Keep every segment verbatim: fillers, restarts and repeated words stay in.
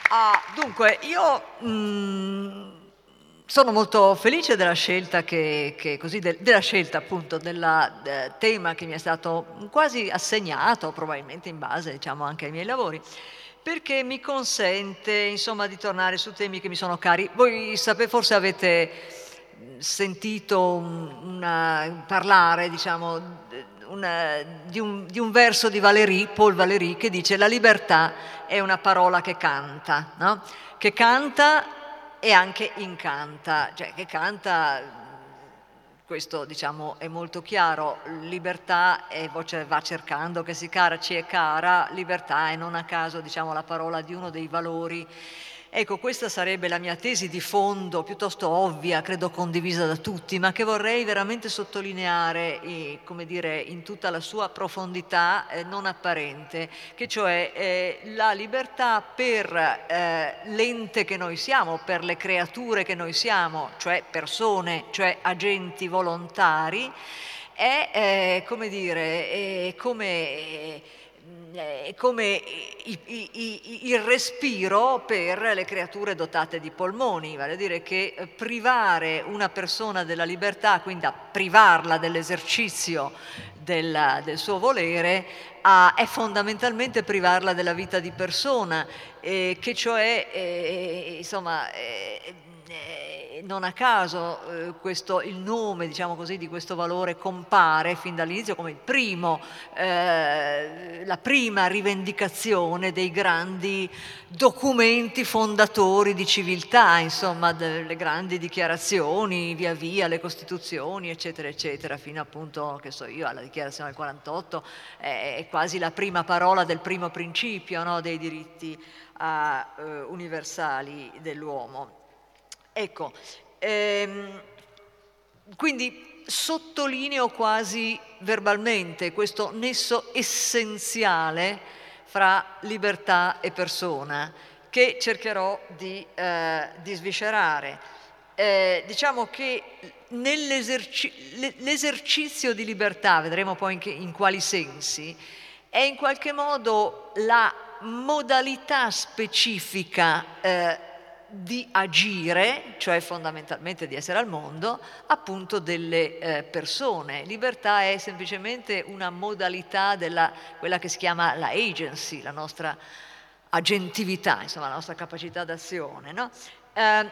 Ah, dunque, io mh, sono molto felice della scelta che, che così del- della scelta appunto del tema che mi è stato quasi assegnato, probabilmente in base, diciamo, anche ai miei lavori, perché mi consente, insomma, di tornare su temi che mi sono cari. Voi sapete, forse avete sentito un- una- parlare, diciamo, una- di, un, di un verso di Valéry, Paul Valéry, che dice: la libertà è una parola che canta, no? Che canta e anche incanta, cioè che canta, questo diciamo è molto chiaro, libertà è voce va cercando, che si cara ci è cara, libertà è non a caso diciamo la parola di uno dei valori. Ecco, questa sarebbe la mia tesi di fondo, piuttosto ovvia, credo condivisa da tutti, ma che vorrei veramente sottolineare, eh, come dire, in tutta la sua profondità eh, non apparente, che cioè eh, la libertà per eh, l'ente che noi siamo, per le creature che noi siamo, cioè persone, cioè agenti volontari, è, eh, come dire, è come... eh, è come i- i- i- il respiro per le creature dotate di polmoni, vale a dire che eh, privare una persona della libertà, quindi a privarla dell'esercizio del, del suo volere, a- è fondamentalmente privarla della vita di persona, eh, che cioè, eh, insomma, eh, eh, non a caso eh, questo, il nome, diciamo così, di questo valore compare fin dall'inizio come il primo, eh, la prima rivendicazione dei grandi documenti fondatori di civiltà, insomma, delle grandi dichiarazioni, via via, le costituzioni, eccetera, eccetera, fino appunto, che so io, alla dichiarazione del quarantotto, eh, è quasi la prima parola del primo principio, no, dei diritti eh, universali dell'uomo. Ecco, ehm, quindi sottolineo quasi verbalmente questo nesso essenziale fra libertà e persona che cercherò di, eh, di sviscerare. Eh, diciamo che nell'esercizio di libertà, vedremo poi in, che, in quali sensi, è in qualche modo la modalità specifica eh, di agire, cioè fondamentalmente di essere al mondo, appunto delle eh, persone. Libertà è semplicemente una modalità della quella che si chiama la agency, la nostra agentività, insomma la nostra capacità d'azione, no? Eh,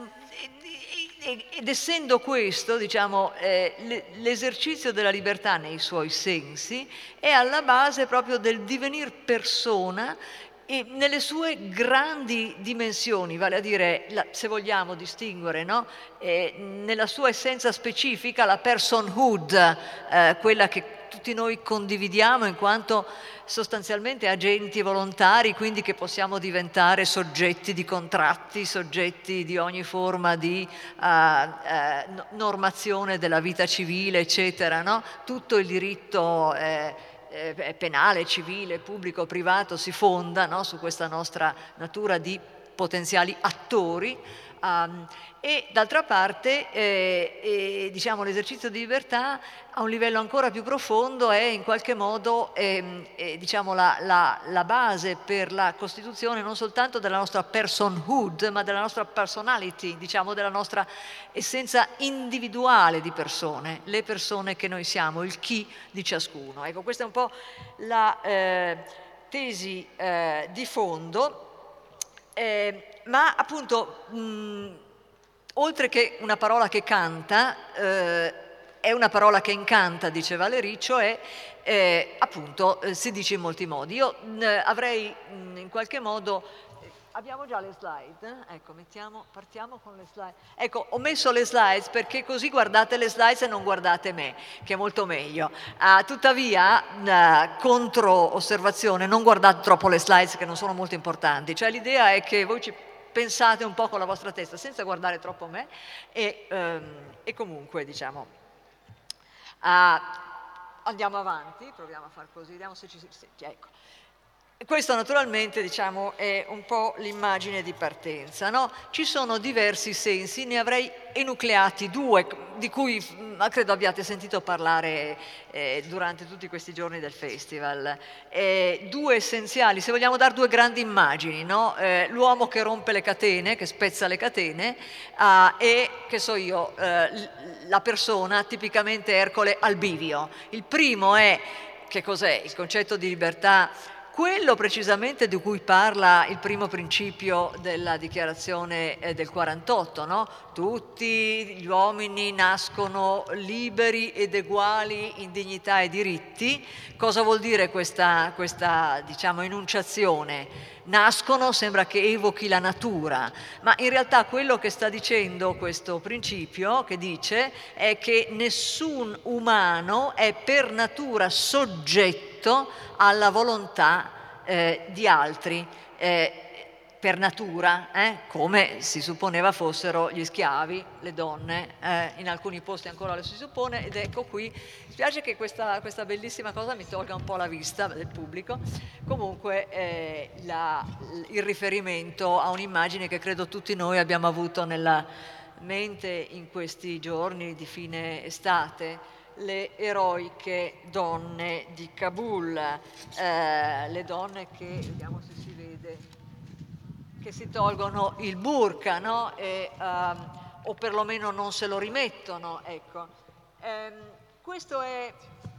ed essendo questo, diciamo, eh, l'esercizio della libertà nei suoi sensi è alla base proprio del divenir persona e nelle sue grandi dimensioni, vale a dire, la, se vogliamo distinguere, no? eh, nella sua essenza specifica, la personhood, eh, quella che tutti noi condividiamo in quanto sostanzialmente agenti volontari, quindi che possiamo diventare soggetti di contratti, soggetti di ogni forma di uh, uh, normazione della vita civile, eccetera, no? Tutto il diritto eh, eh, penale, civile, pubblico, privato si fonda, no? Su questa nostra natura di potenziali attori. Um, e d'altra parte eh, eh, diciamo, l'esercizio di libertà a un livello ancora più profondo è in qualche modo ehm, eh, diciamo, la, la, la base per la costituzione non soltanto della nostra personhood ma della nostra personality, diciamo, della nostra essenza individuale di persone, le persone che noi siamo, il chi di ciascuno. Ecco, questa è un po' la eh, tesi eh, di fondo. Eh, ma appunto, mh, oltre che una parola che canta, eh, è una parola che incanta, dice Valéry, cioè eh, appunto eh, si dice in molti modi. Io mh, avrei mh, in qualche modo... Abbiamo già le slide? Ecco, mettiamo, partiamo con le slide. Ecco, ho messo le slide perché così guardate le slide e non guardate me, che è molto meglio. Uh, tuttavia, uh, contro osservazione, non guardate troppo le slide che non sono molto importanti. Cioè l'idea è che voi ci pensate un po' con la vostra testa senza guardare troppo me e, um, e comunque, diciamo, uh, andiamo avanti, proviamo a far così, vediamo se ci... Sì, ecco. Questo naturalmente, diciamo, è un po' l'immagine di partenza, no? Ci sono diversi sensi, ne avrei enucleati due, di cui mh, credo abbiate sentito parlare eh, durante tutti questi giorni del festival. Eh, due essenziali, se vogliamo dare due grandi immagini, no? Eh, l'uomo che rompe le catene, che spezza le catene, ah, e, che so io, eh, la persona, tipicamente Ercole, al bivio. Il primo è, che cos'è? Il concetto di libertà, quello precisamente di cui parla il primo principio della dichiarazione eh, del quarantotto, no? Tutti gli uomini nascono liberi ed uguali in dignità e diritti. Cosa vuol dire questa, questa diciamo, enunciazione? Nascono sembra che evochi la natura, ma in realtà quello che sta dicendo questo principio, che dice, è che nessun umano è per natura soggetto alla volontà eh, di altri, eh, per natura, eh, come si supponeva fossero gli schiavi, le donne, eh, in alcuni posti ancora lo si suppone, ed ecco qui, mi spiace che questa, questa bellissima cosa mi tolga un po' la vista del pubblico, comunque eh, la, il riferimento a un'immagine che credo tutti noi abbiamo avuto nella mente in questi giorni di fine estate, le eroiche donne di Kabul, eh, le donne che, vediamo se si vede, che si tolgono il burqa, no? E, um, o perlomeno non se lo rimettono, ecco. Ehm, questo è,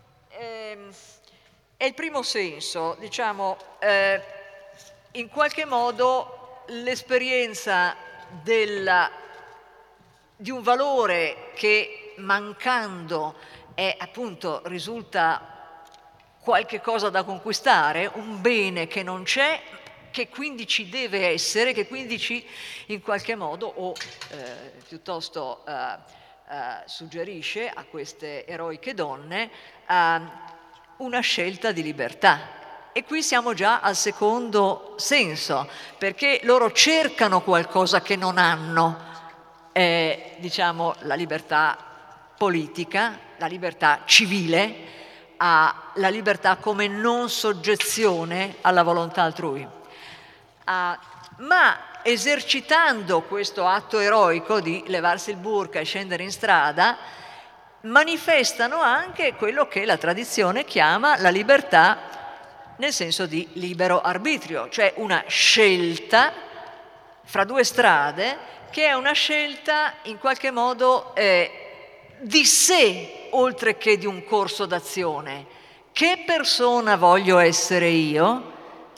ehm, è il primo senso, diciamo, eh, in qualche modo l'esperienza della, di un valore che mancando è appunto risulta qualche cosa da conquistare, un bene che non c'è, che quindi ci deve essere, che quindi ci in qualche modo o eh, piuttosto eh, eh, suggerisce a queste eroiche donne eh, una scelta di libertà. E qui siamo già al secondo senso, perché loro cercano qualcosa che non hanno, eh, diciamo la libertà politica, la libertà civile, a la libertà come non soggezione alla volontà altrui. Uh, ma esercitando questo atto eroico di levarsi il burqa e scendere in strada, manifestano anche quello che la tradizione chiama la libertà nel senso di libero arbitrio, cioè una scelta fra due strade che è una scelta in qualche modo eh, di sé oltre che di un corso d'azione. Che persona voglio essere io?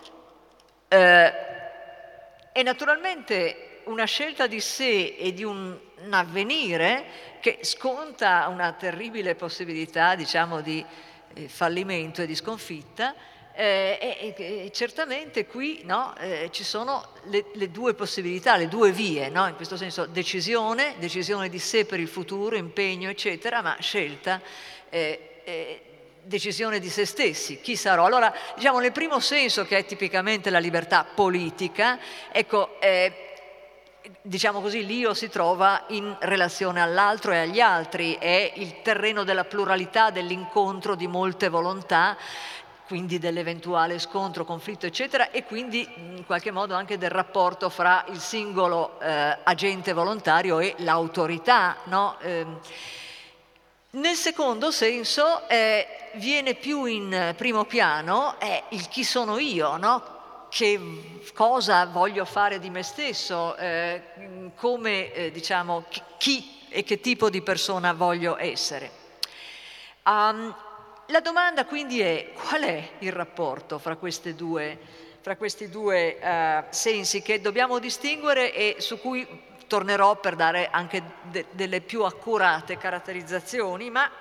Eh, è naturalmente una scelta di sé e di un, un avvenire che sconta una terribile possibilità, diciamo, di eh, fallimento e di sconfitta. Eh, e, e certamente qui no, eh, ci sono le, le due possibilità, le due vie, no? In questo senso decisione, decisione di sé per il futuro, impegno eccetera, ma scelta, eh, eh, decisione di se stessi, chi sarò. Allora diciamo nel primo senso, che è tipicamente la libertà politica, ecco, eh, diciamo così, l'io si trova in relazione all'altro e agli altri, è il terreno della pluralità, dell'incontro di molte volontà, quindi dell'eventuale scontro, conflitto, eccetera, e quindi in qualche modo anche del rapporto fra il singolo eh, agente volontario e l'autorità, no? Eh, nel secondo senso eh, viene più in primo piano è il chi sono io, no? Che cosa voglio fare di me stesso, eh, come eh, diciamo chi e che tipo di persona voglio essere. Um, La domanda quindi è: qual è il rapporto fra, queste due, fra questi due uh, sensi che dobbiamo distinguere e su cui tornerò per dare anche de- delle più accurate caratterizzazioni? Ma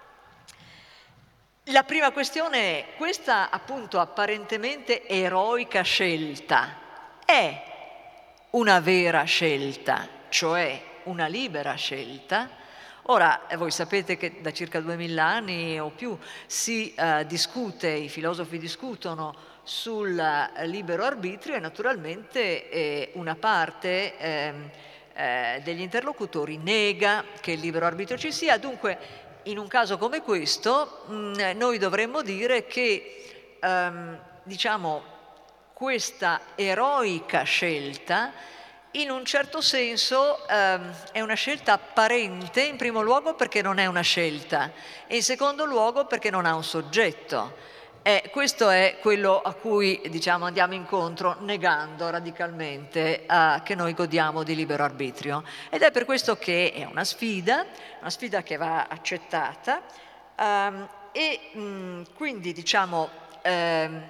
la prima questione è: questa appunto apparentemente eroica scelta è una vera scelta, cioè una libera scelta? Ora, voi sapete che da circa duemila anni o più si eh, discute, i filosofi discutono sul eh, libero arbitrio e naturalmente eh, una parte eh, eh, degli interlocutori nega che il libero arbitrio ci sia. Dunque, in un caso come questo, mh, noi dovremmo dire che, ehm, diciamo, questa eroica scelta in un certo senso ehm, è una scelta apparente, in primo luogo perché non è una scelta e in secondo luogo perché non ha un soggetto. Eh, questo è quello a cui, diciamo, andiamo incontro negando radicalmente eh, che noi godiamo di libero arbitrio. Ed è per questo che è una sfida, una sfida che va accettata ehm, e mh, quindi, diciamo, ehm,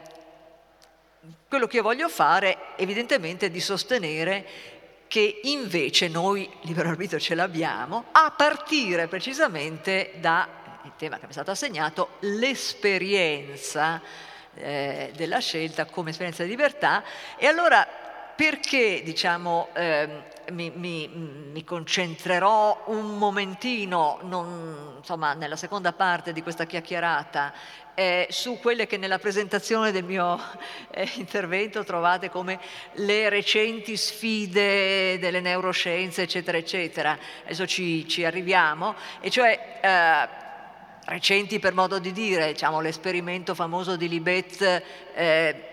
quello che io voglio fare evidentemente è di sostenere che invece noi libero arbitrio ce l'abbiamo, a partire precisamente da il tema che mi è stato assegnato, l'esperienza eh, della scelta come esperienza di libertà. E allora perché, diciamo, eh, mi, mi, mi concentrerò un momentino, non, insomma, nella seconda parte di questa chiacchierata, eh, su quelle che nella presentazione del mio eh, intervento trovate come le recenti sfide delle neuroscienze, eccetera, eccetera. Adesso ci, ci arriviamo, e cioè eh, recenti per modo di dire, diciamo, l'esperimento famoso di Libet eh,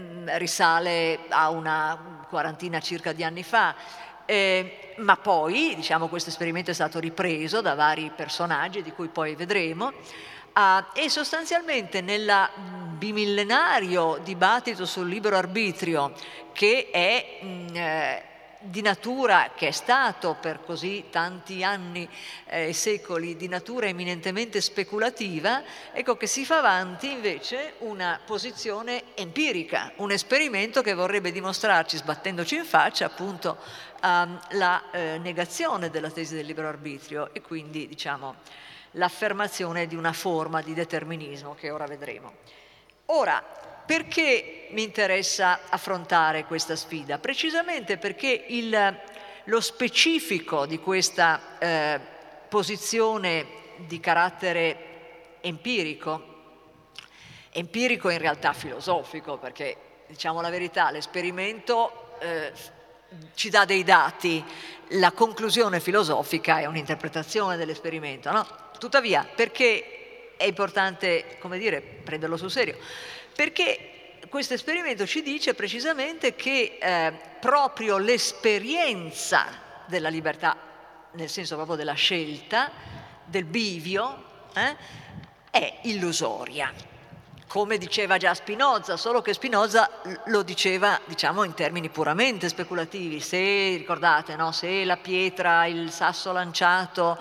risale a una quarantina circa di anni fa, eh, ma poi, diciamo, questo esperimento è stato ripreso da vari personaggi di cui poi vedremo, uh, e sostanzialmente nel bimillenario dibattito sul libero arbitrio, che è mh, eh, di natura, che è stato per così tanti anni e eh, secoli di natura eminentemente speculativa, ecco che si fa avanti invece una posizione empirica, un esperimento che vorrebbe dimostrarci, sbattendoci in faccia appunto um, la eh, negazione della tesi del libero arbitrio e quindi, diciamo, l'affermazione di una forma di determinismo che ora vedremo. Ora, perché mi interessa affrontare questa sfida? Precisamente perché il, lo specifico di questa eh, posizione di carattere empirico, empirico in realtà filosofico, perché, diciamo la verità, l'esperimento eh, ci dà dei dati, la conclusione filosofica è un'interpretazione dell'esperimento, no? Tuttavia, perché è importante, come dire, prenderlo sul serio? Perché questo esperimento ci dice precisamente che eh, proprio l'esperienza della libertà, nel senso proprio della scelta, del bivio, eh, è illusoria. Come diceva già Spinoza, solo che Spinoza lo diceva, diciamo, in termini puramente speculativi. Se, ricordate, no? Se la pietra, il sasso lanciato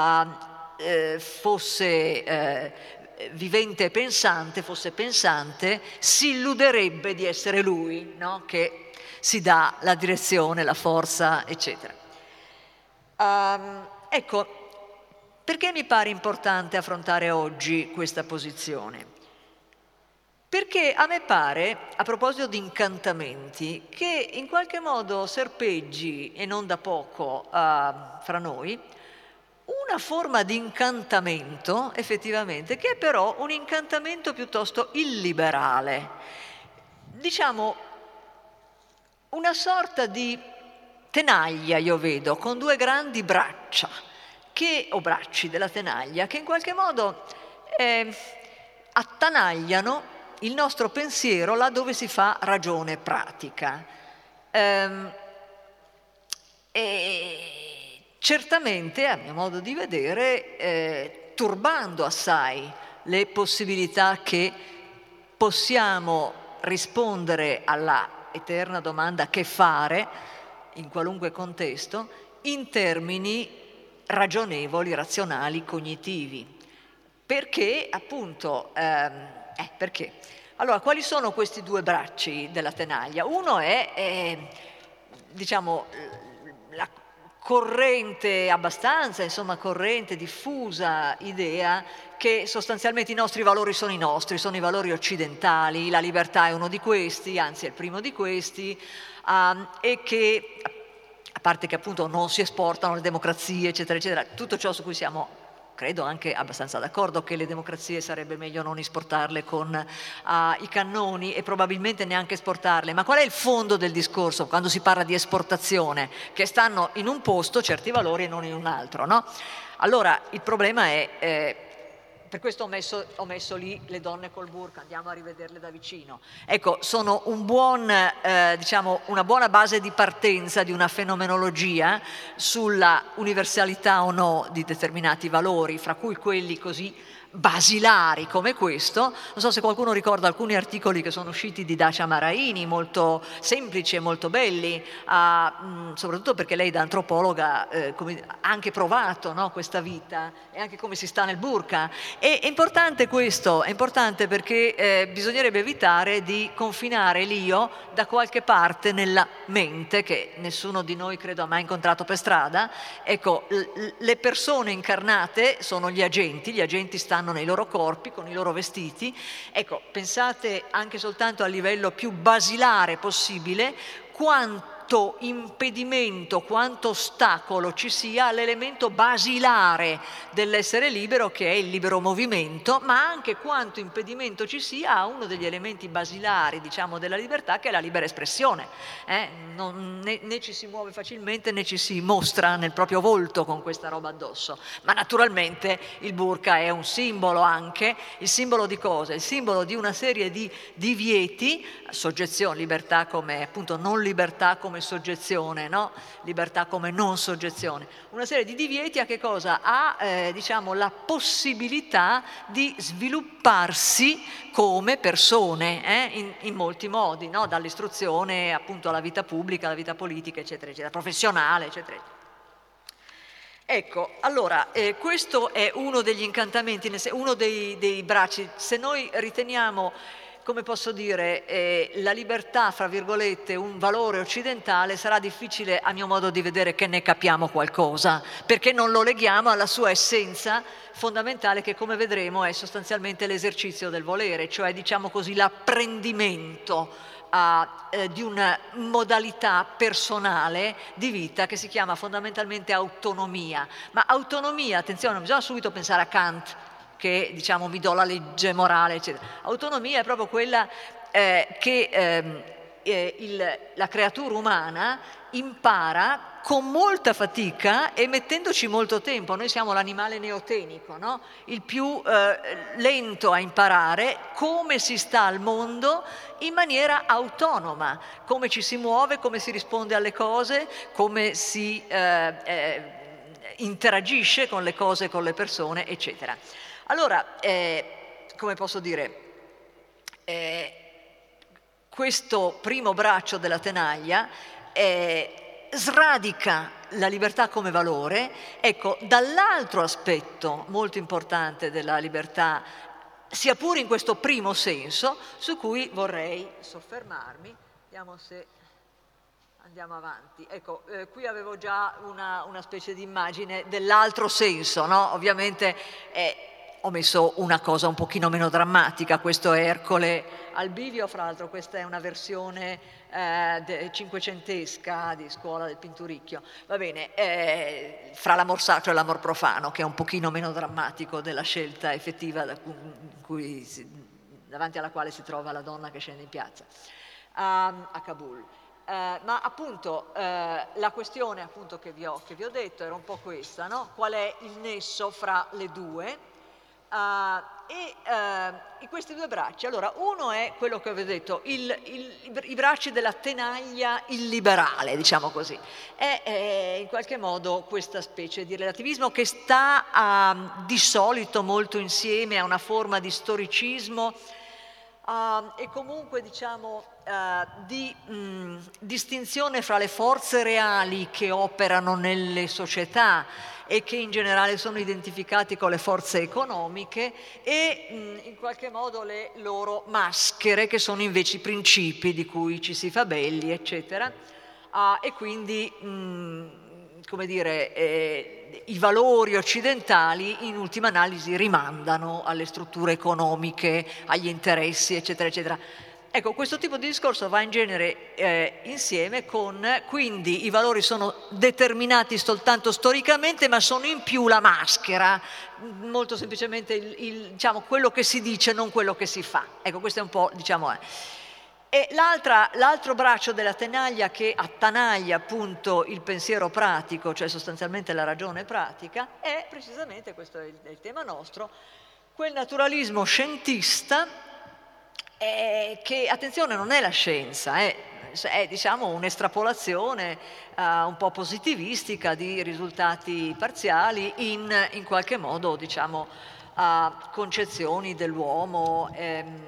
eh, fosse eh, vivente e pensante, fosse pensante, si illuderebbe di essere lui, no? Che si dà la direzione, la forza, eccetera. Um, ecco, perché mi pare importante affrontare oggi questa posizione? Perché a me pare, a proposito di incantamenti, che in qualche modo serpeggi, e non da poco, uh, fra noi, una forma di incantamento, effettivamente, che è però un incantamento piuttosto illiberale. Diciamo, una sorta di tenaglia, io vedo, con due grandi braccia, che, o bracci della tenaglia, che in qualche modo eh, attanagliano il nostro pensiero là dove si fa ragione pratica. Ehm, e certamente, a mio modo di vedere, eh, turbando assai le possibilità che possiamo rispondere alla eterna domanda che fare in qualunque contesto in termini ragionevoli, razionali, cognitivi. Perché, appunto, ehm, Eh, perché? Allora, quali sono questi due bracci della tenaglia? Uno è, è diciamo, la corrente, abbastanza, insomma, corrente, diffusa idea che sostanzialmente i nostri valori sono i nostri, sono i valori occidentali, la libertà è uno di questi, anzi è il primo di questi, um, e che, a parte che appunto non si esportano le democrazie, eccetera, eccetera, tutto ciò su cui siamo, credo, anche abbastanza d'accordo, che le democrazie sarebbe meglio non esportarle con uh, i cannoni e probabilmente neanche esportarle. Ma qual è il fondo del discorso quando si parla di esportazione? Che stanno in un posto certi valori e non in un altro, no? Allora, il problema è, eh, per questo ho messo, ho messo lì le donne col burka, andiamo a rivederle da vicino. Ecco, sono un buon, eh, diciamo, una buona base di partenza di una fenomenologia sulla universalità o no di determinati valori, fra cui quelli così basilari come questo. Non so se qualcuno ricorda alcuni articoli che sono usciti di Dacia Maraini, molto semplici e molto belli, ah, mh, soprattutto perché lei da antropologa eh, come, ha anche provato, no, questa vita e anche come si sta nel burka. E, è importante questo, è importante perché eh, bisognerebbe evitare di confinare l'io da qualche parte nella mente, che nessuno di noi credo ha mai incontrato per strada. Ecco, l- le persone incarnate sono gli agenti, gli agenti stanno nei loro corpi, con i loro vestiti. Ecco, pensate anche soltanto a livello più basilare possibile quanto impedimento, quanto ostacolo ci sia all'elemento basilare dell'essere libero, che è il libero movimento, ma anche quanto impedimento ci sia a uno degli elementi basilari, diciamo, della libertà, che è la libera espressione. Eh? Non, né, né ci si muove facilmente né ci si mostra nel proprio volto con questa roba addosso. Ma naturalmente il burka è un simbolo anche, il simbolo di cosa? Il simbolo di una serie di divieti, soggezione, libertà come appunto non libertà come soggezione, no? Libertà come non soggezione, una serie di divieti a che cosa? A eh, diciamo la possibilità di svilupparsi come persone eh? in, in molti modi, no? Dall'istruzione appunto alla vita pubblica, alla vita politica, eccetera, eccetera, professionale, eccetera, eccetera. Ecco, allora, eh, questo è uno degli incantamenti, uno dei, dei bracci. Se noi riteniamo, come posso dire, eh, la libertà, fra virgolette, un valore occidentale, sarà difficile, a mio modo di vedere, che ne capiamo qualcosa, perché non lo leghiamo alla sua essenza fondamentale, che, come vedremo, è sostanzialmente l'esercizio del volere, cioè, diciamo così, l'apprendimento A, eh, di una modalità personale di vita che si chiama fondamentalmente autonomia. Ma autonomia, attenzione, non bisogna subito pensare a Kant, che diciamo mi do la legge morale, eccetera. Autonomia è proprio quella eh, che ehm, eh, il, la creatura umana impara con molta fatica e mettendoci molto tempo. Noi siamo l'animale neotenico, no? Il più eh, lento a imparare come si sta al mondo in maniera autonoma, come ci si muove, come si risponde alle cose, come si eh, eh, interagisce con le cose, con le persone, eccetera. Allora, eh, come posso dire, eh, questo primo braccio della tenaglia eh, sradica la libertà come valore. Ecco, dall'altro aspetto molto importante della libertà, sia pure in questo primo senso, su cui vorrei soffermarmi. Vediamo se andiamo avanti. Ecco, eh, qui avevo già una, una specie di immagine dell'altro senso, no? Ovviamente eh, ho messo una cosa un pochino meno drammatica. Questo è Ercole al bivio, fra l'altro questa è una versione eh, cinquecentesca di Scuola del Pinturicchio. Va bene, eh, fra l'amor sacro e l'amor profano, che è un pochino meno drammatico della scelta effettiva da cui si, davanti alla quale si trova la donna che scende in piazza a, a Kabul. Uh, ma appunto uh, la questione appunto che vi, ho, che vi ho detto era un po' questa, no? Qual è il nesso fra le due? Uh, e uh, questi due bracci, allora uno è quello che avevo detto, il, il, i bracci della tenaglia illiberale, diciamo così, è, è in qualche modo questa specie di relativismo che sta uh, di solito molto insieme a una forma di storicismo Uh, e comunque diciamo uh, di mh, distinzione fra le forze reali che operano nelle società e che in generale sono identificati con le forze economiche e mh, in qualche modo le loro maschere, che sono invece i principi di cui ci si fa belli, eccetera. Uh, e quindi mh, come dire, eh, i valori occidentali in ultima analisi rimandano alle strutture economiche, agli interessi, eccetera, eccetera. Ecco, questo tipo di discorso va in genere eh, insieme con, quindi i valori sono determinati soltanto storicamente, ma sono in più la maschera, molto semplicemente il, il, diciamo, quello che si dice, non quello che si fa. Ecco, questo è un po', diciamo, eh. E l'altro braccio della tenaglia che attanaglia appunto il pensiero pratico, cioè sostanzialmente la ragione pratica, è precisamente, questo è il, è il tema nostro, quel naturalismo scientista eh, che, attenzione, non è la scienza, è, è diciamo un'estrapolazione uh, un po' positivistica di risultati parziali in, in qualche modo, diciamo, uh, concezioni dell'uomo ehm,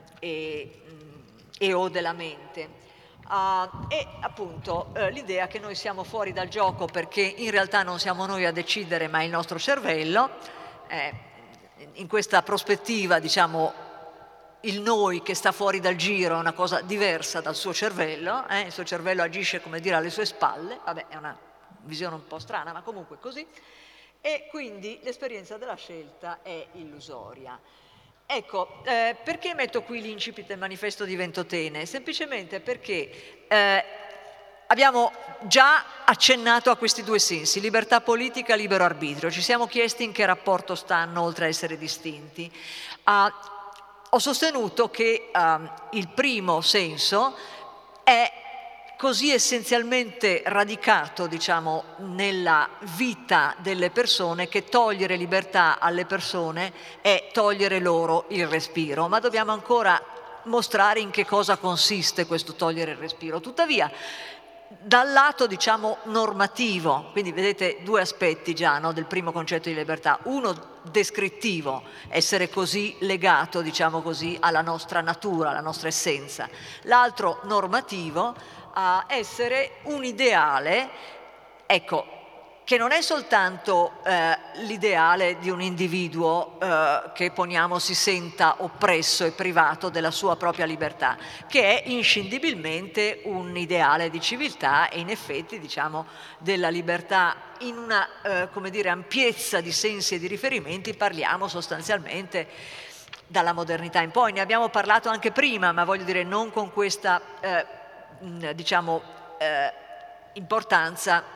e, e o della mente. Uh, e appunto uh, l'idea che noi siamo fuori dal gioco perché in realtà non siamo noi a decidere ma il nostro cervello. Eh, in questa prospettiva, diciamo, il noi che sta fuori dal giro è una cosa diversa dal suo cervello, eh? Il suo cervello agisce, come dire, alle sue spalle, vabbè, è una visione un po' strana, ma comunque così, e quindi l'esperienza della scelta è illusoria. Ecco, eh, perché metto qui l'incipit del manifesto di Ventotene? Semplicemente perché eh, abbiamo già accennato a questi due sensi, libertà politica, libero arbitrio. Ci siamo chiesti in che rapporto stanno, oltre a essere distinti. Uh, ho sostenuto che uh, il primo senso è così essenzialmente radicato, diciamo, nella vita delle persone che togliere libertà alle persone è togliere loro il respiro, ma dobbiamo ancora mostrare in che cosa consiste questo togliere il respiro. Tuttavia, dal lato, diciamo, normativo, quindi vedete due aspetti già, no, del primo concetto di libertà, uno descrittivo, essere così legato, diciamo così, alla nostra natura, alla nostra essenza, l'altro normativo, a essere un ideale, ecco, che non è soltanto eh, l'ideale di un individuo eh, che poniamo si senta oppresso e privato della sua propria libertà, che è inscindibilmente un ideale di civiltà e in effetti, diciamo, della libertà in una eh, come dire, ampiezza di sensi e di riferimenti. Parliamo sostanzialmente dalla modernità in poi, ne abbiamo parlato anche prima, ma voglio dire non con questa eh, diciamo eh, importanza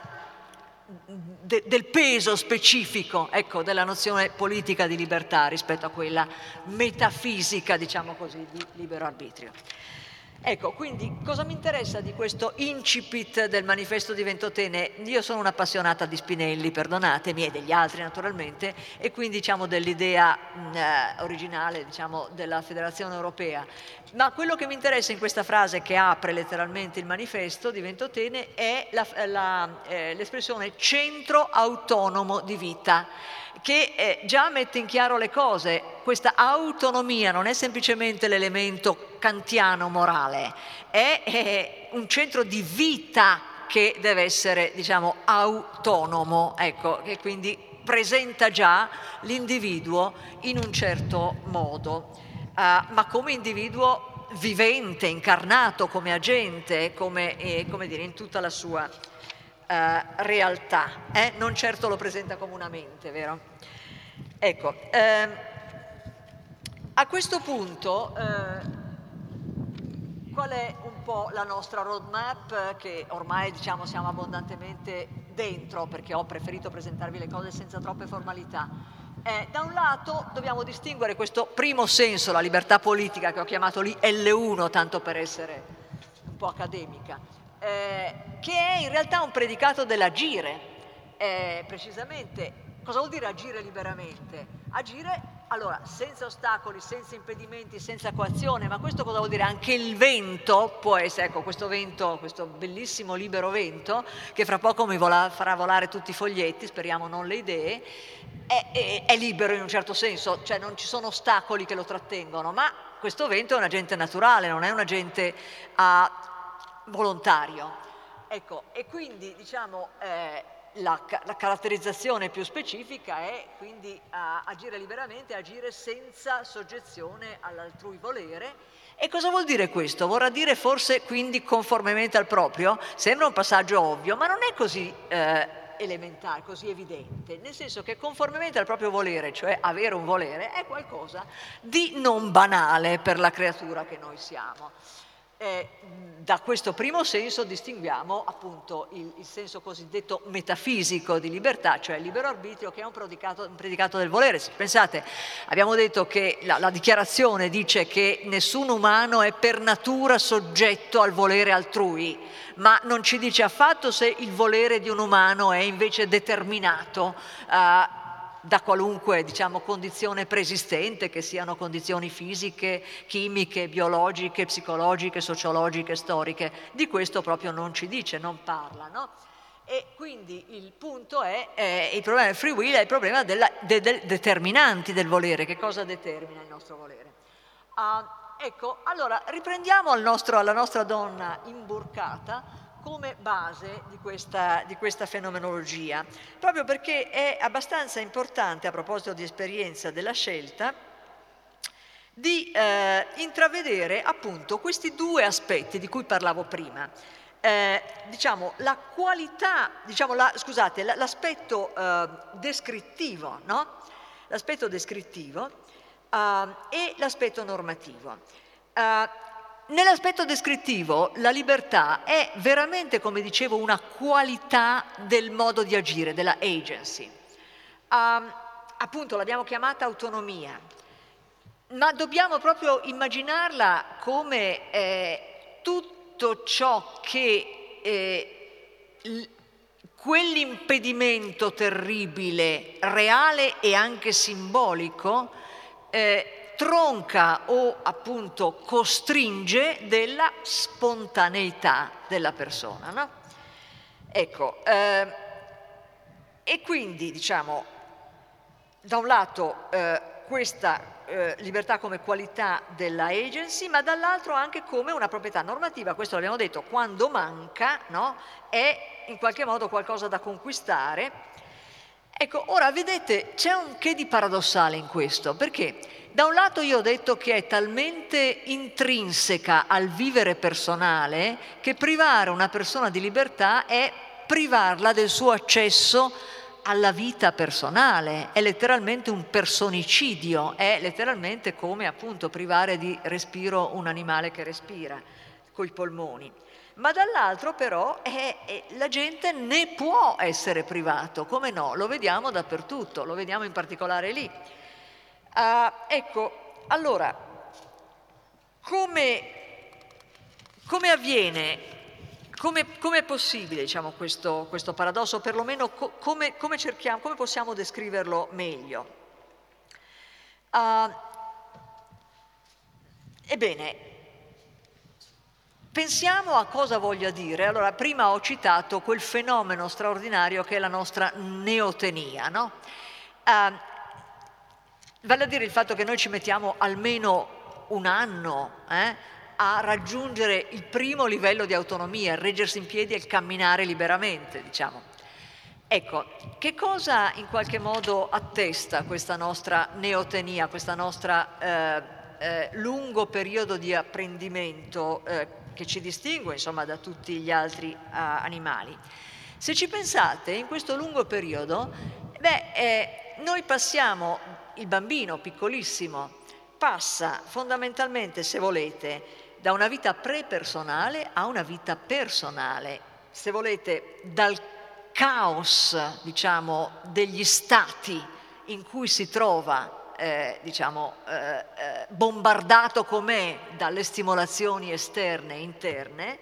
de, del peso specifico, ecco, della nozione politica di libertà rispetto a quella metafisica, diciamo così, di libero arbitrio. Ecco, quindi cosa mi interessa di questo incipit del manifesto di Ventotene? Io sono un'appassionata di Spinelli, perdonatemi, e degli altri naturalmente, e quindi diciamo dell'idea eh, originale, diciamo, della Federazione Europea. Ma quello che mi interessa in questa frase che apre letteralmente il manifesto di Ventotene è la, la, eh, l'espressione centro autonomo di vita, che eh, già mette in chiaro le cose. Questa autonomia non è semplicemente l'elemento kantiano morale, è, è un centro di vita che deve essere, diciamo, autonomo, ecco, che quindi presenta già l'individuo in un certo modo, uh, ma come individuo vivente, incarnato, come agente, come, eh, come dire, in tutta la sua uh, realtà, eh? Non certo lo presenta come una mente, vero? Ecco, ehm, a questo punto eh, qual è un po' la nostra roadmap, che ormai, diciamo, siamo abbondantemente dentro, perché ho preferito presentarvi le cose senza troppe formalità. Eh, da un lato dobbiamo distinguere questo primo senso, la libertà politica, che ho chiamato lì L uno, tanto per essere un po' accademica, eh, che è in realtà un predicato dell'agire. Eh, precisamente, cosa vuol dire agire liberamente? Agire, allora, senza ostacoli, senza impedimenti, senza coazione, ma questo cosa vuol dire? Anche il vento può essere, ecco, questo vento, questo bellissimo libero vento, che fra poco mi vola, farà volare tutti i foglietti, speriamo non le idee, è, è, è libero in un certo senso, cioè non ci sono ostacoli che lo trattengono, ma questo vento è un agente naturale, non è un agente uh, volontario. Ecco, e quindi, diciamo, eh, La, la caratterizzazione più specifica è quindi uh, agire liberamente, agire senza soggezione all'altrui volere. E cosa vuol dire questo? Vorrà dire forse quindi conformemente al proprio? Sembra un passaggio ovvio, ma non è così eh, elementare, così evidente, nel senso che conformemente al proprio volere, cioè avere un volere, è qualcosa di non banale per la creatura che noi siamo. Eh, da questo primo senso distinguiamo appunto il, il senso cosiddetto metafisico di libertà, cioè il libero arbitrio, che è un predicato, un predicato del volere. Pensate, abbiamo detto che la, la dichiarazione dice che nessun umano è per natura soggetto al volere altrui, ma non ci dice affatto se il volere di un umano è invece determinato uh, da qualunque, diciamo, condizione preesistente, che siano condizioni fisiche, chimiche, biologiche, psicologiche, sociologiche, storiche. Di questo proprio non ci dice, non parla, no? E quindi il punto è, eh, il problema del free will è il problema della, de, de, determinanti del volere, che cosa determina il nostro volere. Uh, ecco, allora riprendiamo al nostro, alla nostra donna imburcata come base di questa, di questa fenomenologia, proprio perché è abbastanza importante, a proposito di esperienza della scelta, di eh, intravedere appunto questi due aspetti di cui parlavo prima. Eh, diciamo la qualità, diciamo la, scusate, l'aspetto eh, descrittivo, no? L'aspetto descrittivo eh, e l'aspetto normativo. Eh, nell'aspetto descrittivo la libertà è veramente, come dicevo, una qualità del modo di agire, della agency. Eh, appunto l'abbiamo chiamata autonomia, ma dobbiamo proprio immaginarla come eh, tutto tutto ciò che eh, quell'impedimento terribile, reale e anche simbolico, eh, tronca o appunto costringe della spontaneità della persona, no? Ecco, eh, e quindi diciamo, da un lato eh, questa Eh, libertà come qualità della agency, ma dall'altro anche come una proprietà normativa, questo l'abbiamo detto, quando manca, no? È in qualche modo qualcosa da conquistare. Ecco, ora vedete, c'è un che di paradossale in questo, perché da un lato io ho detto che è talmente intrinseca al vivere personale che privare una persona di libertà è privarla del suo accesso alla vita personale, è letteralmente un personicidio, è letteralmente come appunto privare di respiro un animale che respira coi polmoni. Ma dall'altro però è, è, la gente ne può essere privato, come no? Lo vediamo dappertutto, lo vediamo in particolare lì. Uh, ecco, allora, come, come avviene? Come, come è possibile, diciamo, questo, questo paradosso, o perlomeno co come, come, cerchiamo, come possiamo descriverlo meglio? Uh, ebbene, pensiamo a cosa voglia dire. Allora, prima ho citato quel fenomeno straordinario che è la nostra neotenia, no? Uh, vale a dire il fatto che noi ci mettiamo almeno un anno, eh? a raggiungere il primo livello di autonomia, il reggersi in piedi e il camminare liberamente, diciamo. Ecco, che cosa in qualche modo attesta questa nostra neotenia, questa nostra eh, eh, lungo periodo di apprendimento eh, che ci distingue, insomma, da tutti gli altri eh, animali? Se ci pensate, in questo lungo periodo, beh, eh, noi passiamo, il bambino piccolissimo, passa fondamentalmente, se volete, da una vita prepersonale a una vita personale, se volete, dal caos, diciamo, degli stati in cui si trova, eh, diciamo, eh, eh, bombardato com'è dalle stimolazioni esterne e interne,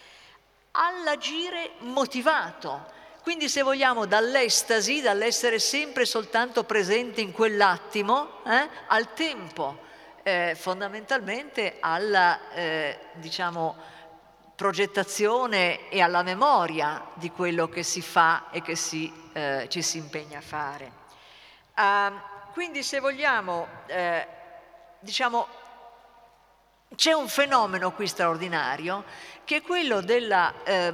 all'agire motivato. Quindi, se vogliamo, dall'estasi, dall'essere sempre soltanto presente in quell'attimo, eh, al tempo, Eh, fondamentalmente alla eh, diciamo, progettazione e alla memoria di quello che si fa e che si, eh, ci si impegna a fare. Uh, quindi, se vogliamo, eh, diciamo, c'è un fenomeno qui straordinario che è quello della eh,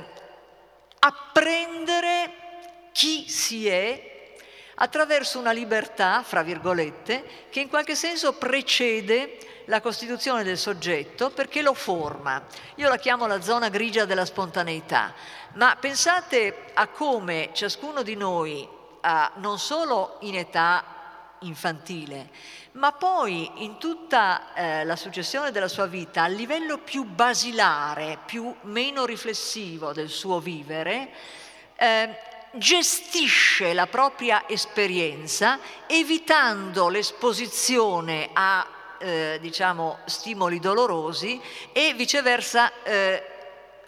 apprendere chi si è attraverso una libertà, fra virgolette, che in qualche senso precede la costituzione del soggetto perché lo forma. Io la chiamo la zona grigia della spontaneità, ma pensate a come ciascuno di noi, eh, non solo in età infantile, ma poi in tutta eh, la successione della sua vita, a livello più basilare, più meno riflessivo del suo vivere, eh, gestisce la propria esperienza evitando l'esposizione a eh, diciamo stimoli dolorosi e viceversa eh,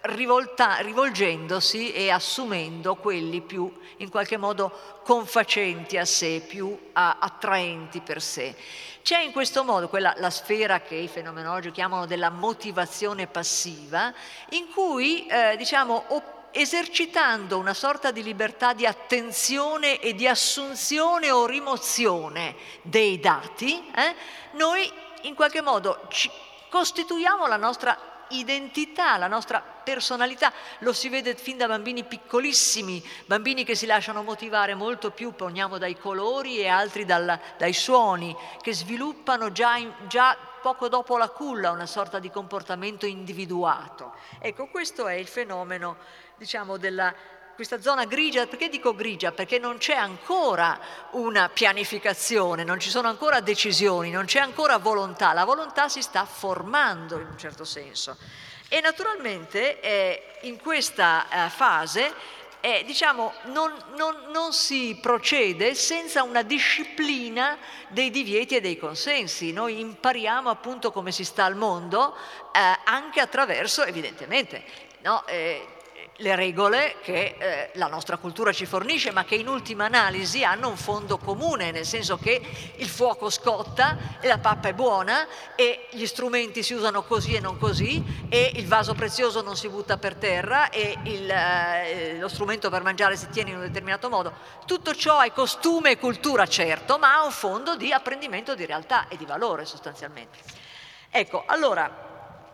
rivolta, rivolgendosi e assumendo quelli più in qualche modo confacenti a sé, più a, attraenti per sé. C'è in questo modo quella, la sfera che i fenomenologi chiamano della motivazione passiva, in cui eh, diciamo esercitando una sorta di libertà di attenzione e di assunzione o rimozione dei dati, eh, noi in qualche modo ci costituiamo la nostra identità, la nostra personalità. Lo si vede fin da bambini piccolissimi, bambini che si lasciano motivare molto più, poniamo, dai colori e altri dal, dai suoni, che sviluppano già, in, già poco dopo la culla una sorta di comportamento individuato. Ecco, questo è il fenomeno, diciamo, della questa zona grigia. Perché dico grigia? Perché non c'è ancora una pianificazione, non ci sono ancora decisioni, non c'è ancora volontà. La volontà si sta formando in un certo senso. E naturalmente eh, in questa eh, fase eh, diciamo, non, non, non si procede senza una disciplina dei divieti e dei consensi. Noi impariamo appunto come si sta al mondo eh, anche attraverso, evidentemente, no, eh, le regole che eh, la nostra cultura ci fornisce, ma che in ultima analisi hanno un fondo comune, nel senso che il fuoco scotta e la pappa è buona e gli strumenti si usano così e non così e il vaso prezioso non si butta per terra e il, eh, lo strumento per mangiare si tiene in un determinato modo. Tutto ciò è costume e cultura, certo, ma ha un fondo di apprendimento di realtà e di valore sostanzialmente. Ecco, allora,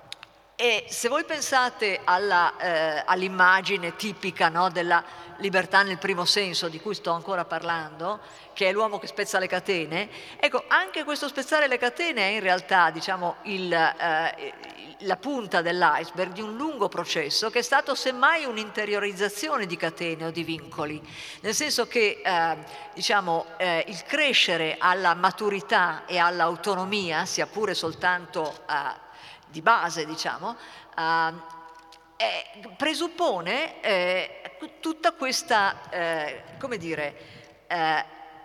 e se voi pensate alla, eh, all'immagine tipica, no, della libertà nel primo senso, di cui sto ancora parlando, che è l'uomo che spezza le catene, ecco, anche questo spezzare le catene è in realtà, diciamo, il, eh, la punta dell'iceberg di un lungo processo che è stato semmai un'interiorizzazione di catene o di vincoli, nel senso che eh, diciamo, eh, il crescere alla maturità e all'autonomia, sia pure soltanto eh, di base, diciamo, eh, eh, presuppone eh, tutta questa, eh, come dire, eh,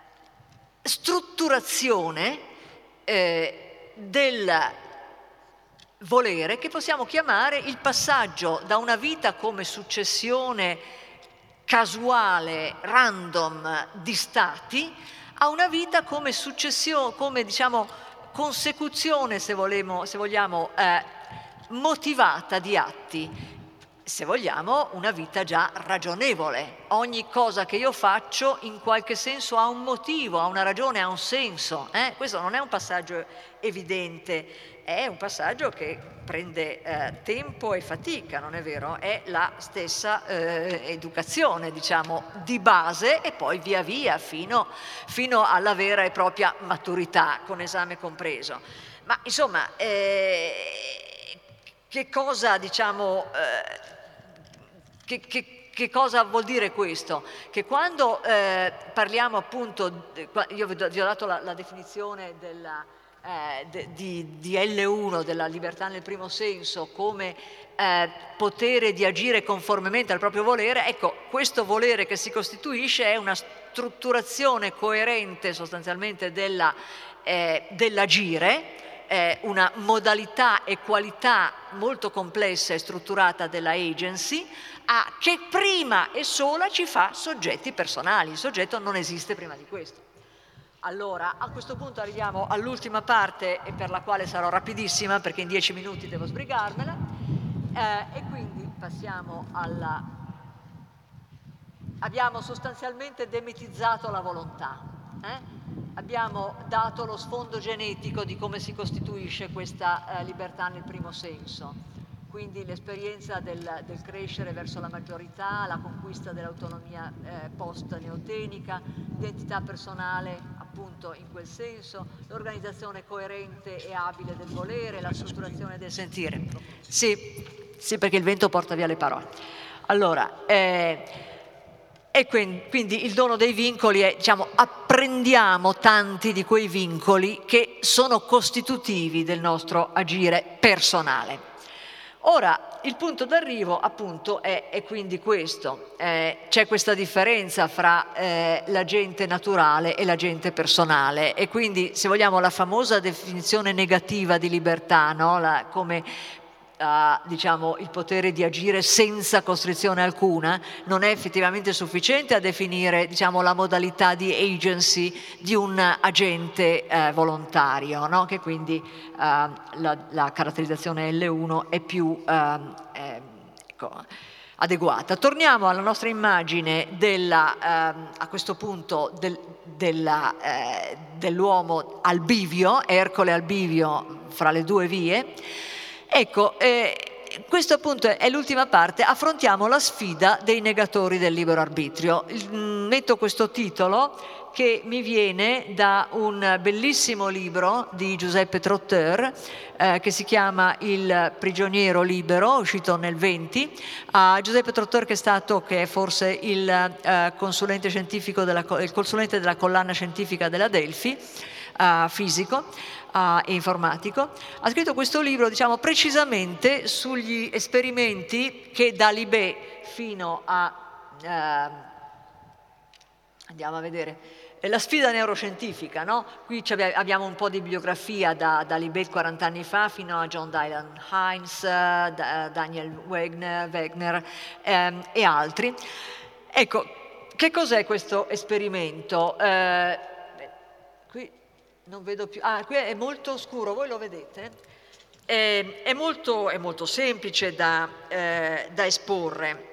strutturazione eh, del volere che possiamo chiamare il passaggio da una vita come successione casuale, random di stati, a una vita come successione, come diciamo consecuzione, se, volemo, se vogliamo, eh, motivata di atti, se vogliamo, una vita già ragionevole. Ogni cosa che io faccio in qualche senso ha un motivo, ha una ragione, ha un senso. Eh? Questo non è un passaggio evidente, è un passaggio che prende eh, tempo e fatica, non è vero? È la stessa eh, educazione, diciamo, di base e poi via via fino, fino alla vera e propria maturità, con esame compreso. Ma insomma, eh, che cosa, diciamo, eh, che, che, che cosa vuol dire questo? Che quando eh, parliamo appunto, io vi ho dato la, la definizione della Eh, di, di L uno, della libertà nel primo senso, come eh, potere di agire conformemente al proprio volere. Ecco, questo volere che si costituisce è una strutturazione coerente sostanzialmente della, eh, dell'agire, eh, una modalità e qualità molto complessa e strutturata della agency, a, che prima e sola ci fa soggetti personali. Il soggetto non esiste prima di questo. Allora, a questo punto arriviamo all'ultima parte, e per la quale sarò rapidissima perché in dieci minuti devo sbrigarmela, eh, e quindi passiamo alla... Abbiamo sostanzialmente demitizzato la volontà, eh? Abbiamo dato lo sfondo genetico di come si costituisce questa eh, libertà nel primo senso, quindi l'esperienza del, del crescere verso la maggiorità, la conquista dell'autonomia eh, post-neotenica, l'identità personale appunto in quel senso, l'organizzazione coerente e abile del volere, la strutturazione del sentire. Sì, sì, perché il vento porta via le parole. Allora, eh, e quindi, quindi il dono dei vincoli è, diciamo, apprendiamo tanti di quei vincoli che sono costitutivi del nostro agire personale. Ora, il punto d'arrivo appunto è, è quindi questo, eh, c'è questa differenza fra eh, l'agente naturale e l'agente personale e quindi, se vogliamo, la famosa definizione negativa di libertà, no? La, come ha, diciamo, il potere di agire senza costrizione alcuna, non è effettivamente sufficiente a definire, diciamo, la modalità di agency di un agente eh, volontario, no? Che quindi eh, la, la caratterizzazione L uno è più eh, eh, ecco, adeguata. Torniamo alla nostra immagine della, eh, a questo punto del, della, eh, dell'uomo al bivio, Ercole al bivio fra le due vie. Ecco, eh, questo appunto è l'ultima parte, affrontiamo la sfida dei negatori del libero arbitrio. Metto questo titolo che mi viene da un bellissimo libro di Giuseppe Trotteur eh, che si chiama Il prigioniero libero, uscito nel venti. Uh, Giuseppe Trotteur, che è stato, che è forse il uh, consulente scientifico della, il consulente della collana scientifica della Delphi, uh, fisico uh, e informatico, ha scritto questo libro, diciamo, precisamente sugli esperimenti che da Libet fino a uh, andiamo a vedere la sfida neuroscientifica, no? Qui abbiamo un po' di bibliografia da, da Libet quaranta anni fa fino a John Dylan Hines, da, Daniel Wegner, Wegner ehm, e altri. Ecco, che cos'è questo esperimento? Eh, qui non vedo più, ah, qui è molto scuro, voi lo vedete? Eh, è, molto, è molto semplice da, eh, da esporre.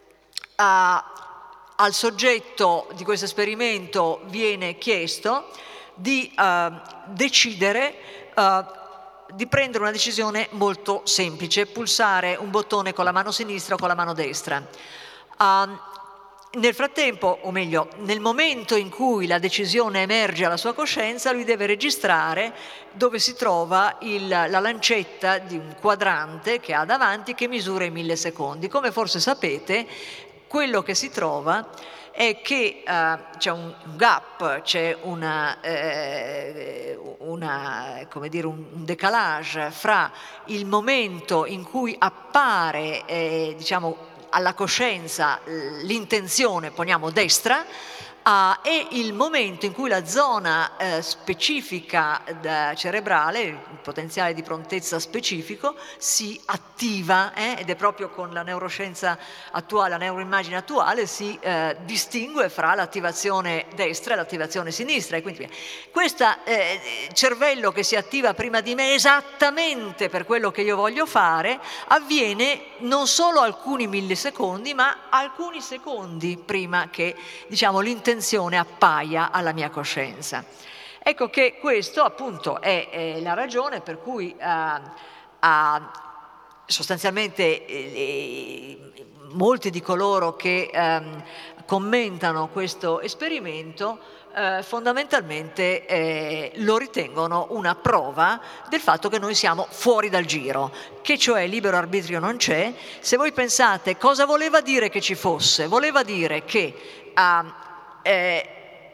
Uh, Al soggetto di questo esperimento viene chiesto di uh, decidere, uh, di prendere una decisione molto semplice, pulsare un bottone con la mano sinistra o con la mano destra. Uh, nel frattempo, o meglio, nel momento in cui la decisione emerge alla sua coscienza, lui deve registrare dove si trova il, la lancetta di un quadrante che ha davanti, che misura i millisecondi. Come forse sapete, quello che si trova è che uh, c'è un gap, c'è una, eh, una, come dire, un decalage fra il momento in cui appare, eh, diciamo, alla coscienza l'intenzione, poniamo destra, Uh, e il momento in cui la zona uh, specifica uh, cerebrale, il potenziale di prontezza specifico, si attiva, eh, ed è proprio con la neuroscienza attuale, la neuroimmagine attuale, si uh, distingue fra l'attivazione destra e l'attivazione sinistra. E quindi questo eh, cervello che si attiva prima di me esattamente per quello che io voglio fare, avviene non solo alcuni millisecondi, ma alcuni secondi prima che, diciamo, l'intenzione appaia alla mia coscienza. Ecco che questo appunto è, è la ragione per cui uh, uh, sostanzialmente eh, molti di coloro che um, commentano questo esperimento eh, fondamentalmente eh, lo ritengono una prova del fatto che noi siamo fuori dal giro, che cioè libero arbitrio non c'è. Se voi pensate cosa voleva dire che ci fosse, voleva dire che uh, Eh,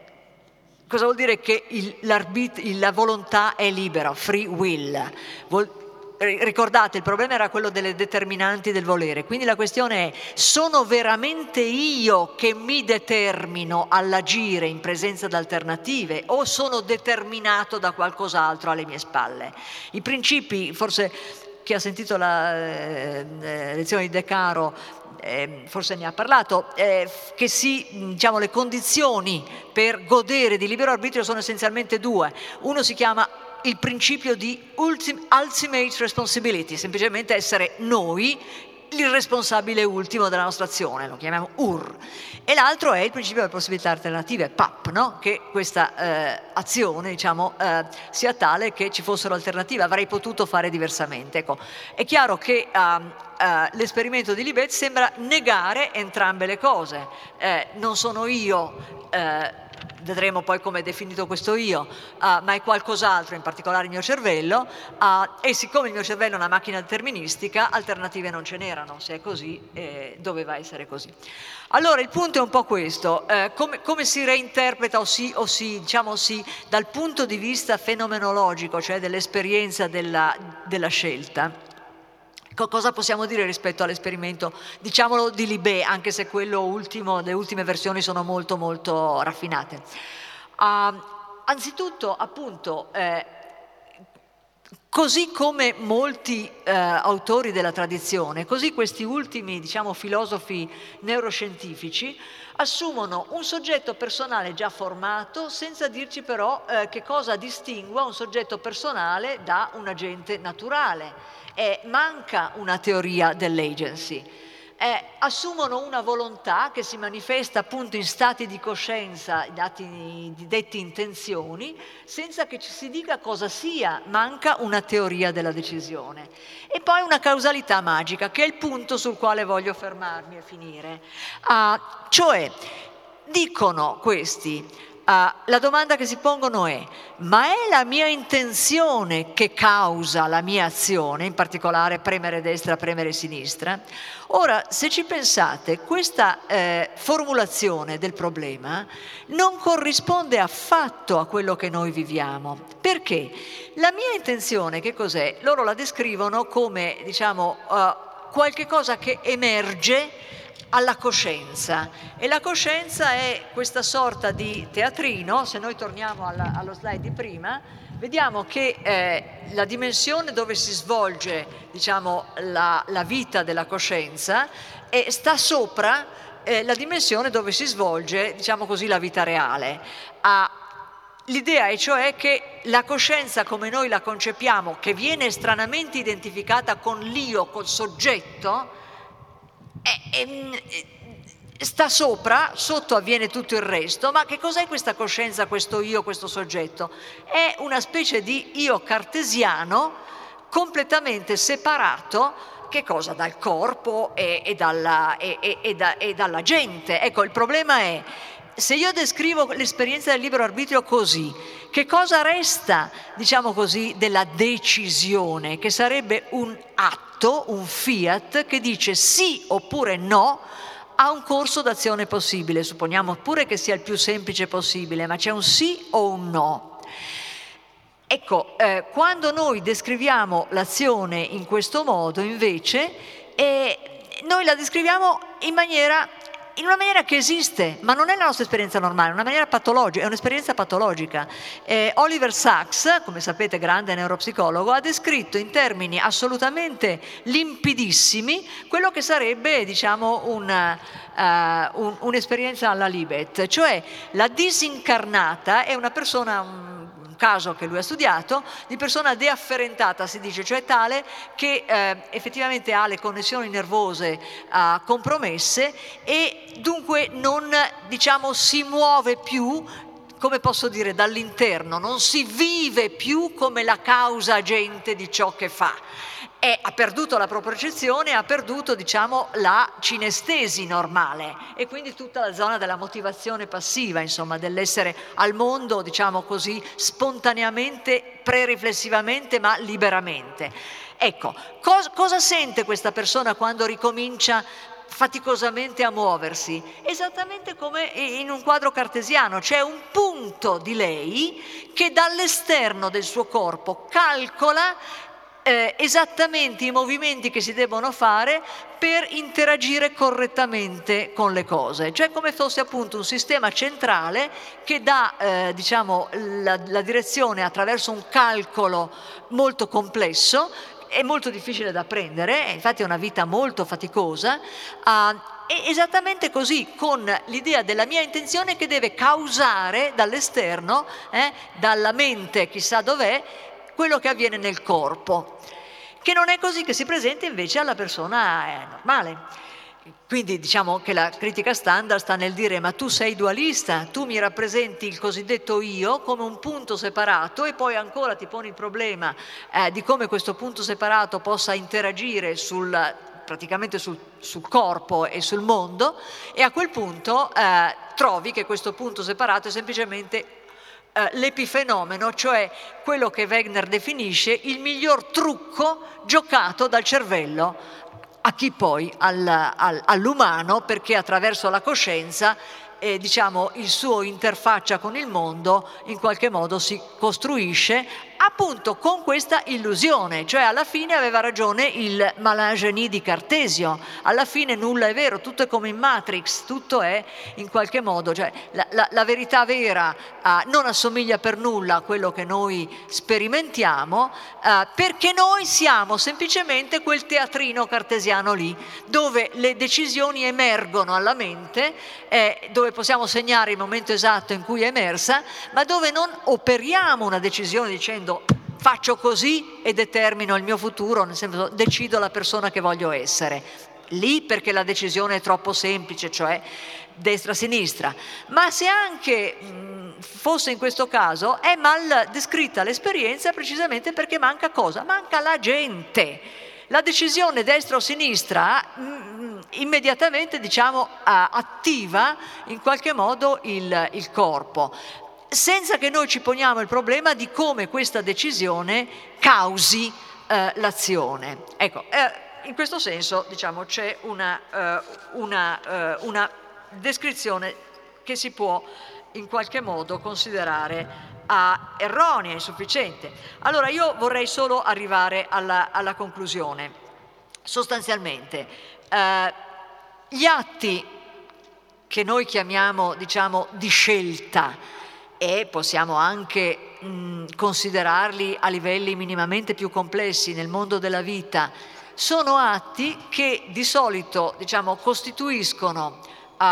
cosa vuol dire che il, la volontà è libera, free will? Vol, ricordate, il problema era quello delle determinanti del volere, quindi la questione è: sono veramente io che mi determino all'agire in presenza di alternative o sono determinato da qualcos'altro alle mie spalle? I principi, forse chi ha sentito la eh, lezione di De Caro Eh, forse ne ha parlato, eh, che si, diciamo, le condizioni per godere di libero arbitrio sono essenzialmente due. Uno si chiama il principio di ultimate responsibility, semplicemente essere noi il responsabile ultimo della nostra azione, lo chiamiamo U R. E l'altro è il principio delle possibilità alternative, P A P, no? Che questa eh, azione, diciamo, eh, sia tale che ci fossero alternative, avrei potuto fare diversamente. Ecco, è chiaro che um, uh, l'esperimento di Libet sembra negare entrambe le cose. Eh, non sono io, eh, vedremo poi come è definito questo io, uh, ma è qualcos'altro, in particolare il mio cervello, uh, e siccome il mio cervello è una macchina deterministica, alternative non ce n'erano. Se è così, eh, doveva essere così. Allora il punto è un po' questo: eh, come, come si reinterpreta o si, o si, diciamo si, dal punto di vista fenomenologico, cioè dell'esperienza della, della scelta. Cosa possiamo dire rispetto all'esperimento, diciamolo, di Libet, anche se quello ultimo, le ultime versioni sono molto molto raffinate? Uh, anzitutto, appunto, eh, così come molti eh, autori della tradizione, così questi ultimi, diciamo, filosofi neuroscientifici assumono un soggetto personale già formato senza dirci però eh, che cosa distingua un soggetto personale da un agente naturale. Eh, manca una teoria dell'agency. Eh, assumono una volontà che si manifesta appunto in stati di coscienza, dati di detti intenzioni, senza che ci si dica cosa sia, manca una teoria della decisione. E poi una causalità magica, che è il punto sul quale voglio fermarmi e finire. Uh, cioè, dicono questi, uh, la domanda che si pongono è: ma è la mia intenzione che causa la mia azione, in particolare premere destra, premere sinistra? Ora, se ci pensate, questa eh, formulazione del problema non corrisponde affatto a quello che noi viviamo. Perché? La mia intenzione, che cos'è? Loro la descrivono come, diciamo, uh, qualche cosa che emerge alla coscienza, e la coscienza è questa sorta di teatrino. Se noi torniamo alla, allo slide di prima, vediamo che eh, la dimensione dove si svolge, diciamo, la, la vita della coscienza e sta sopra eh, la dimensione dove si svolge, diciamo così, la vita reale. Ah, l'idea è cioè che la coscienza come noi la concepiamo, che viene stranamente identificata con l'io, col soggetto, è, è, sta sopra, sotto avviene tutto il resto. Ma che cos'è questa coscienza, questo io, questo soggetto? È una specie di io cartesiano completamente separato, che cosa? Dal corpo e, e, dalla, e, e, e, da, e dalla gente. Ecco, il problema è, se io descrivo l'esperienza del libero arbitrio così, che cosa resta, diciamo così, della decisione, che sarebbe un atto, un fiat, che dice sì oppure no a un corso d'azione possibile? Supponiamo pure che sia il più semplice possibile, ma c'è un sì o un no. Ecco, eh, quando noi descriviamo l'azione in questo modo, invece, eh, noi la descriviamo in maniera... in una maniera che esiste, ma non è la nostra esperienza normale, è una maniera patologica, è un'esperienza patologica. Eh, Oliver Sacks, come sapete, grande neuropsicologo, ha descritto in termini assolutamente limpidissimi quello che sarebbe, diciamo, un, uh, un, un'esperienza alla Libet, cioè la disincarnata è una persona, un, caso che lui ha studiato, di persona deafferentata, si dice, cioè tale che eh, effettivamente ha le connessioni nervose eh, compromesse e dunque non, diciamo, si muove più, come posso dire, dall'interno, non si vive più come la causa agente di ciò che fa. E ha perduto la propriocezione, ha perduto, diciamo, la cinestesi normale e quindi tutta la zona della motivazione passiva, insomma, dell'essere al mondo, diciamo così, spontaneamente, pre-riflessivamente, ma liberamente. Ecco, cos- cosa sente questa persona quando ricomincia faticosamente a muoversi? Esattamente come in un quadro cartesiano, c'è un punto di lei che dall'esterno del suo corpo calcola Eh, esattamente i movimenti che si devono fare per interagire correttamente con le cose, cioè come fosse appunto un sistema centrale che dà eh, diciamo la, la direzione attraverso un calcolo molto complesso e molto difficile da apprendere, infatti è una vita molto faticosa. Uh, E esattamente così, con l'idea della mia intenzione che deve causare dall'esterno, eh, dalla mente chissà dov'è, quello che avviene nel corpo, che non è così che si presenta invece alla persona normale. Quindi diciamo che la critica standard sta nel dire: ma tu sei dualista, tu mi rappresenti il cosiddetto io come un punto separato e poi ancora ti poni il problema eh, di come questo punto separato possa interagire sul praticamente sul, sul corpo e sul mondo, e a quel punto eh, trovi che questo punto separato è semplicemente Uh, l'epifenomeno, cioè quello che Wegener definisce il miglior trucco giocato dal cervello a chi poi al, al, all'umano, perché attraverso la coscienza e diciamo il suo interfaccia con il mondo in qualche modo si costruisce appunto con questa illusione, cioè alla fine aveva ragione il Malin-Génie di Cartesio, alla fine nulla è vero, tutto è come in Matrix, tutto è in qualche modo, cioè la, la, la verità vera eh, non assomiglia per nulla a quello che noi sperimentiamo, eh, perché noi siamo semplicemente quel teatrino cartesiano lì, dove le decisioni emergono alla mente, eh, dove possiamo segnare il momento esatto in cui è emersa, ma dove non operiamo una decisione dicendo faccio così e determino il mio futuro, nel senso decido la persona che voglio essere. Lì perché la decisione è troppo semplice, cioè destra-sinistra. Ma se anche mh, fosse in questo caso, è mal descritta l'esperienza precisamente perché manca cosa? Manca la gente. La decisione destra o sinistra mh, immediatamente, diciamo, attiva in qualche modo il, il corpo, senza che noi ci poniamo il problema di come questa decisione causi eh, l'azione. Ecco, eh, in questo senso, diciamo, c'è una, eh, una, eh, una descrizione che si può in qualche modo considerare ah, erronea, insufficiente. Allora io vorrei solo arrivare alla, alla conclusione. Sostanzialmente, eh, gli atti che noi chiamiamo, diciamo, di scelta, e possiamo anche mh, considerarli a livelli minimamente più complessi nel mondo della vita, sono atti che di solito, diciamo, costituiscono uh,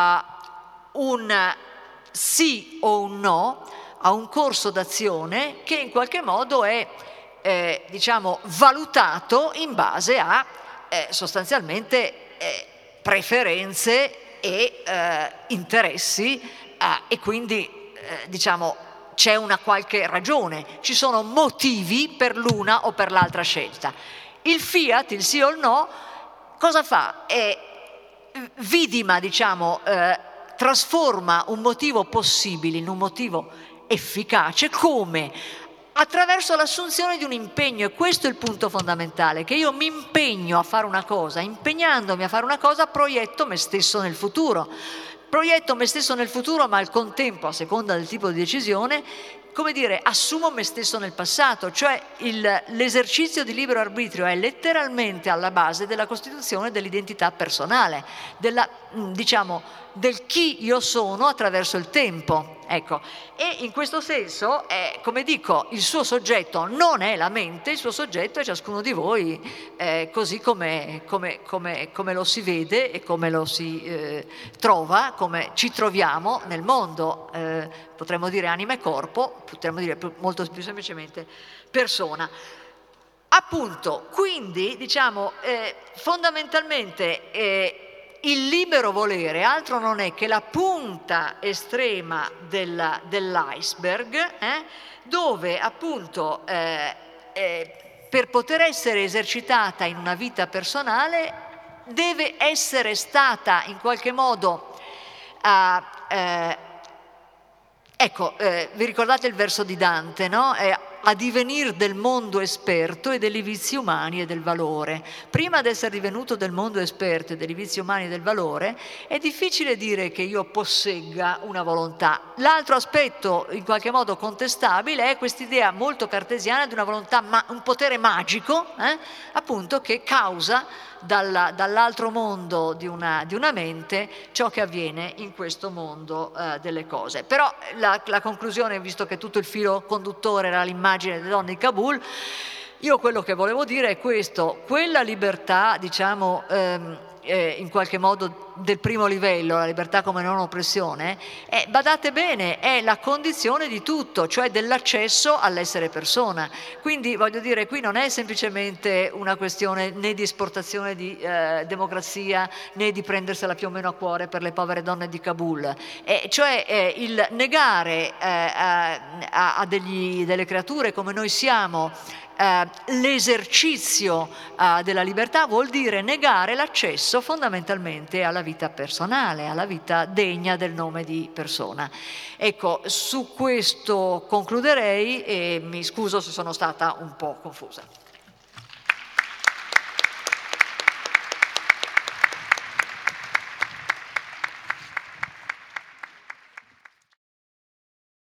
un sì o un no a un corso d'azione che in qualche modo è eh, diciamo, valutato in base a eh, sostanzialmente eh, preferenze e eh, interessi eh, e quindi Eh, diciamo c'è una qualche ragione, ci sono motivi per l'una o per l'altra scelta. Il fiat, il sì o il no, cosa fa? È vidima, diciamo, eh, trasforma un motivo possibile in un motivo efficace come? Attraverso l'assunzione di un impegno, e questo è il punto fondamentale, che io mi impegno a fare una cosa, impegnandomi a fare una cosa proietto me stesso nel futuro. Proietto me stesso nel futuro, ma al contempo, a seconda del tipo di decisione, come dire, assumo me stesso nel passato, cioè il, l'esercizio di libero arbitrio è letteralmente alla base della costituzione dell'identità personale, della, diciamo, del chi io sono attraverso il tempo. Ecco, e in questo senso, eh, come dico, il suo soggetto non è la mente, il suo soggetto è ciascuno di voi, eh, così come, come, come, come lo si vede e come lo si eh, trova, come ci troviamo nel mondo, eh, potremmo dire anima e corpo, potremmo dire più, molto più semplicemente persona. Appunto, quindi, diciamo, eh, fondamentalmente eh, il libero volere altro non è che la punta estrema della, dell'iceberg, eh, dove appunto eh, eh, per poter essere esercitata in una vita personale deve essere stata in qualche modo eh, eh, ecco, eh, vi ricordate il verso di Dante, no? Eh, a divenir del mondo esperto e dei vizi umani e del valore. Prima di essere divenuto del mondo esperto e dei vizi umani e del valore, è difficile dire che io possegga una volontà. L'altro aspetto, in qualche modo contestabile, è quest'idea molto cartesiana di una volontà, ma un potere magico, eh? appunto, che causa dalla, dall'altro mondo di una, di una mente ciò che avviene in questo mondo eh, delle cose. Però la, la conclusione, visto che tutto il filo conduttore era l'immagine delle donne di Kabul, io quello che volevo dire è questo: quella libertà, diciamo, ehm, eh, in qualche modo del primo livello, la libertà come non oppressione, è, badate bene, è la condizione di tutto, cioè dell'accesso all'essere persona. Quindi voglio dire, qui non è semplicemente una questione né di esportazione di eh, democrazia né di prendersela più o meno a cuore per le povere donne di Kabul, eh, cioè eh, il negare eh, a, a degli, delle creature come noi siamo Uh, l'esercizio uh, della libertà vuol dire negare l'accesso fondamentalmente alla vita personale, alla vita degna del nome di persona. Ecco, su questo concluderei e mi scuso se sono stata un po' confusa.